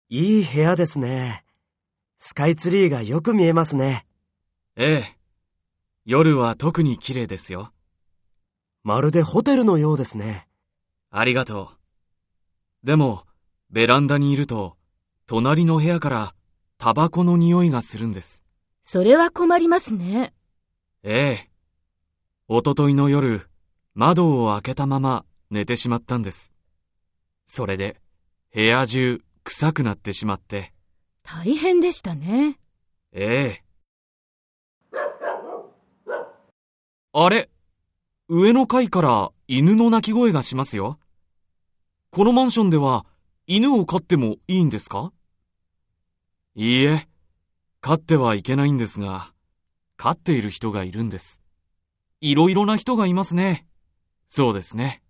いい部屋ですね。スカイツリーがよく見えますね。 ええ。夜は特に綺麗ですよ。 まるでホテルのようですね。 ありがとう。でも、ベランダにいると、隣の部屋からタバコの匂いがするんです。 それは困りますね。 ええ。おとといの夜、窓を開けたまま寝てしまったんです。それで、部屋中臭くなってしまって。 大変でしたね。 ええ。あれ、上の階から犬の鳴き声がしますよ。このマンションでは犬を飼ってもいいんですか？いいえ、飼ってはいけないんですが、飼っている人がいるんです。いろいろな人がいますね。そうですね。